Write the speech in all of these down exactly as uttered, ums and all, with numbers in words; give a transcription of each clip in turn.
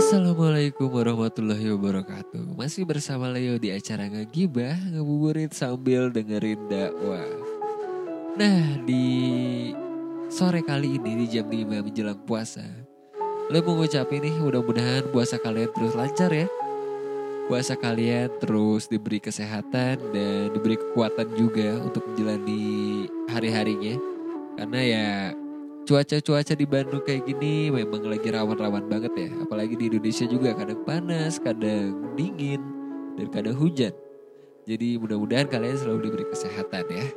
Assalamualaikum warahmatullahi wabarakatuh. Masih bersama Leo di acara Ngegibah, ngebuburit sambil dengerin dakwah. Nah, di sore kali ini di jam lima menjelang puasa, Leo mau ngucapin nih, mudah-mudahan puasa kalian terus lancar ya. Puasa kalian terus diberi kesehatan dan diberi kekuatan juga untuk menjalani hari-harinya. Karena ya cuaca-cuaca di Bandung kayak gini memang lagi rawan-rawan banget ya. Apalagi di Indonesia juga kadang panas, kadang dingin, dan kadang hujan. Jadi mudah-mudahan kalian selalu diberi kesehatan ya.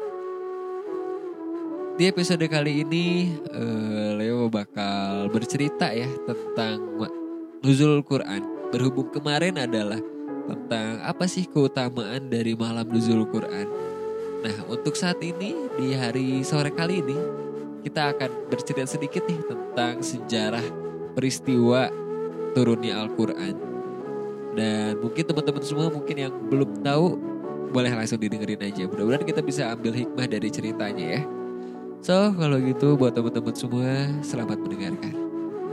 Di episode kali ini uh, Leo bakal bercerita ya tentang Nuzulul Quran. Berhubung kemarin adalah tentang apa sih keutamaan dari malam Nuzulul Quran. Nah, untuk saat ini di hari sore kali ini kita akan bercerita sedikit nih tentang sejarah peristiwa turunnya Al-Quran. Dan mungkin teman-teman semua mungkin yang belum tahu boleh langsung didengerin aja. Mudah-mudahan kita bisa ambil hikmah dari ceritanya ya. So, kalau gitu buat teman-teman semua selamat mendengarkan.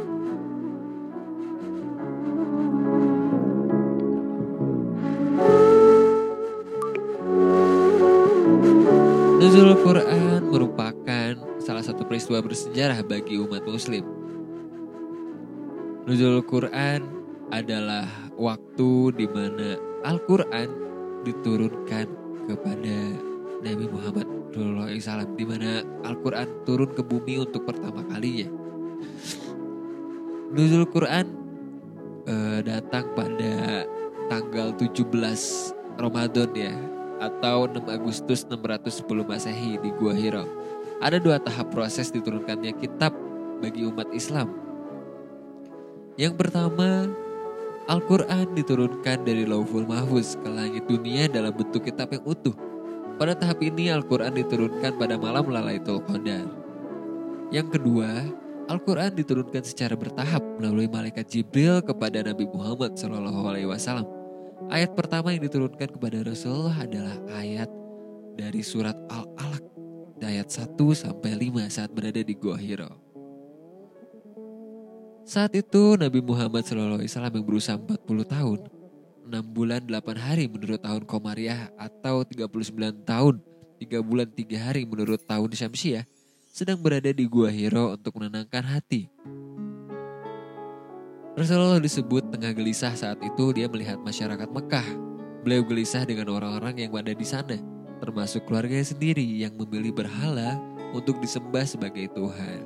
Nuzulul Quran merupakan salah satu peristiwa bersejarah bagi umat muslim. Nuzulul Quran adalah waktu di mana Al-Quran diturunkan kepada Nabi Muhammad shallallahu alaihi wasallam, di mana Al-Quran turun ke bumi untuk pertama kalinya. Nuzulul Quran eh, datang pada tanggal tujuh belas Ramadan ya, atau enam Agustus enam ratus sepuluh Masehi di Gua Hira. Ada dua tahap proses diturunkannya kitab bagi umat Islam. Yang pertama, Al-Quran diturunkan dari Lauhul Mahfuz ke langit dunia dalam bentuk kitab yang utuh. Pada tahap ini Al-Quran diturunkan pada malam Lailatul Qadar. Yang kedua, Al-Quran diturunkan secara bertahap melalui malaikat Jibril kepada Nabi Muhammad shallallahu alaihi wasallam. Ayat pertama yang diturunkan kepada Rasulullah adalah ayat dari surat Al-Alaq, ayat satu sampai lima saat berada di Gua Hira. Saat itu Nabi Muhammad shallallahu alaihi wasallam yang berusia empat puluh tahun, enam bulan delapan hari menurut tahun Komariah atau tiga puluh sembilan tahun, tiga bulan tiga hari menurut tahun Syamsiah, sedang berada di Gua Hira untuk menenangkan hati. Rasulullah disebut tengah gelisah saat itu dia melihat masyarakat Mekah. Beliau gelisah dengan orang-orang yang ada di sana, termasuk keluarganya sendiri yang memilih berhala untuk disembah sebagai Tuhan.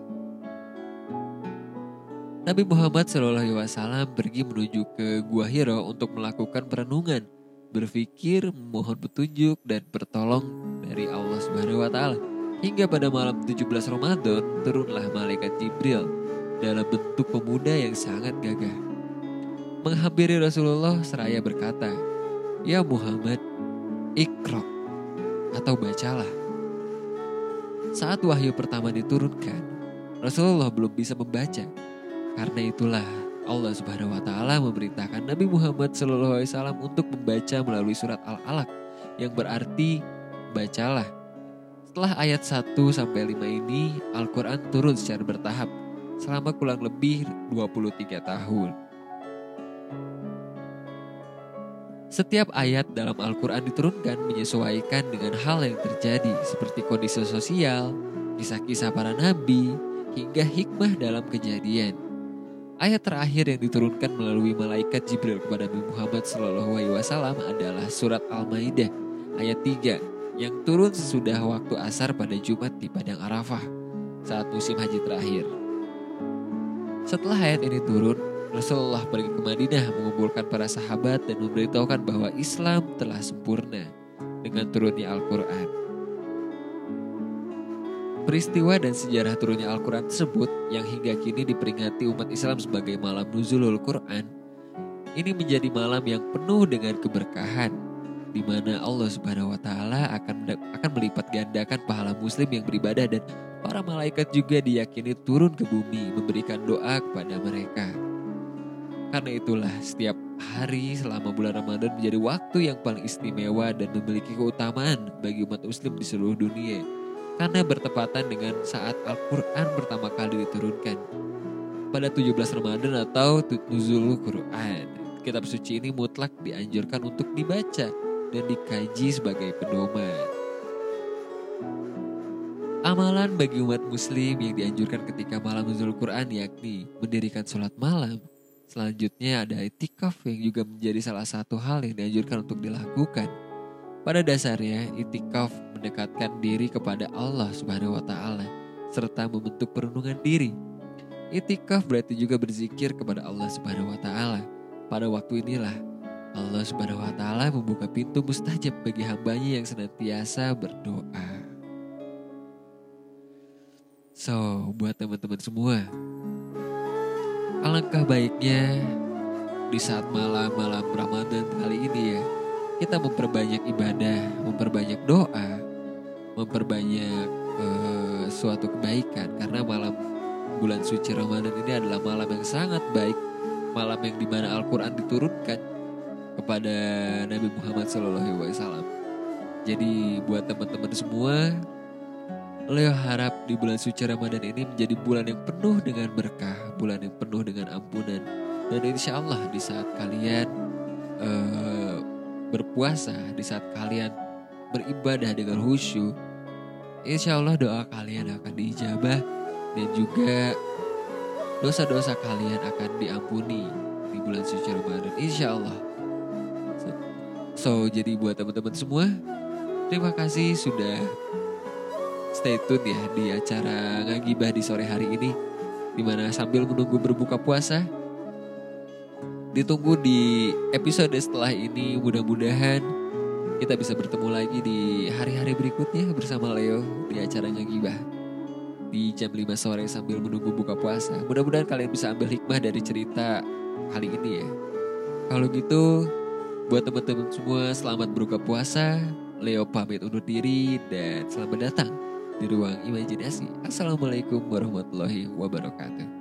Nabi Muhammad shallallahu alaihi wasallam pergi menuju ke Gua Hira untuk melakukan perenungan, berpikir, memohon petunjuk dan pertolong dari Allah Subhanahu wa taala. Hingga pada malam tujuh belas Ramadan turunlah malaikat Jibril dalam bentuk pemuda yang sangat gagah, menghampiri Rasulullah seraya berkata, "Ya Muhammad, Iqra," atau bacalah. Saat wahyu pertama diturunkan, Rasulullah belum bisa membaca. Karena itulah Allah Subhanahu wa taala memerintahkan Nabi Muhammad shallallahu alaihi wasallam untuk membaca melalui surat Al-Alaq yang berarti bacalah. Setelah ayat satu sampai lima ini, Al-Quran turun secara bertahap selama kurang lebih dua puluh tiga tahun. Setiap ayat dalam Al-Quran diturunkan menyesuaikan dengan hal yang terjadi seperti kondisi sosial, kisah-kisah para nabi, hingga hikmah dalam kejadian. Ayat terakhir yang diturunkan melalui malaikat Jibril kepada Nabi Muhammad shallallahu alaihi wasallam adalah surat Al-Maidah ayat tiga yang turun sesudah waktu asar pada Jumat di Padang Arafah saat musim haji terakhir. Setelah ayat ini turun, Rasulullah pergi ke Madinah mengumpulkan para sahabat dan memberitahukan bahwa Islam telah sempurna dengan turunnya Al-Quran. Peristiwa dan sejarah turunnya Al-Quran tersebut yang hingga kini diperingati umat Islam sebagai malam Nuzulul Quran, ini menjadi malam yang penuh dengan keberkahan, di mana Allah Subhanahu wa taala akan akan melipat gandakan pahala muslim yang beribadah, dan para malaikat juga diyakini turun ke bumi memberikan doa kepada mereka. Karena itulah setiap hari selama bulan Ramadan menjadi waktu yang paling istimewa dan memiliki keutamaan bagi umat muslim di seluruh dunia. Karena bertepatan dengan saat Al-Quran pertama kali diturunkan. pada tujuh belas Ramadan atau Nuzulul Quran. Kitab suci ini mutlak dianjurkan untuk dibaca dan dikaji sebagai pedoman. Amalan bagi umat muslim yang dianjurkan ketika malam Nuzulul Quran yakni mendirikan sholat malam. Selanjutnya ada itikaf yang juga menjadi salah satu hal yang dianjurkan untuk dilakukan. Pada dasarnya itikaf mendekatkan diri kepada Allah Subhanahu wa taala serta membentuk perlindungan diri. Itikaf berarti juga berzikir kepada Allah Subhanahu wa taala. Pada waktu inilah Allah Subhanahu wa taala membuka pintu mustajab bagi hambanya yang senantiasa berdoa. So, buat teman-teman semua, alangkah baiknya di saat malam-malam Ramadan kali ini ya, kita memperbanyak ibadah, memperbanyak doa, memperbanyak uh, suatu kebaikan. Karena malam bulan suci Ramadan ini adalah malam yang sangat baik, malam yang dimana Al-Quran diturunkan kepada Nabi Muhammad shallallahu alaihi wasallam. Jadi buat teman-teman semua, Leo harap di bulan suci Ramadan ini menjadi bulan yang penuh dengan berkah, bulan yang penuh dengan ampunan. Dan insya Allah di saat kalian uh, berpuasa, di saat kalian beribadah dengan khusyuk, insya Allah doa kalian akan diijabah dan juga dosa-dosa kalian akan diampuni di bulan suci Ramadan, insya Allah. So, so jadi buat teman-teman semua, terima kasih sudah stay tune ya di acara Ngagibah di sore hari ini, dimana sambil menunggu berbuka puasa, ditunggu di episode setelah ini. Mudah-mudahan kita bisa bertemu lagi di hari-hari berikutnya bersama Leo di acara Ngagibah di jam lima sore sambil menunggu buka puasa. Mudah-mudahan kalian bisa ambil hikmah dari cerita kali ini ya. Kalau gitu, buat teman-teman semua selamat berbuka puasa. Leo pamit undur diri dan selamat datang di ruang imajinasi. Assalamualaikum warahmatullahi wabarakatuh.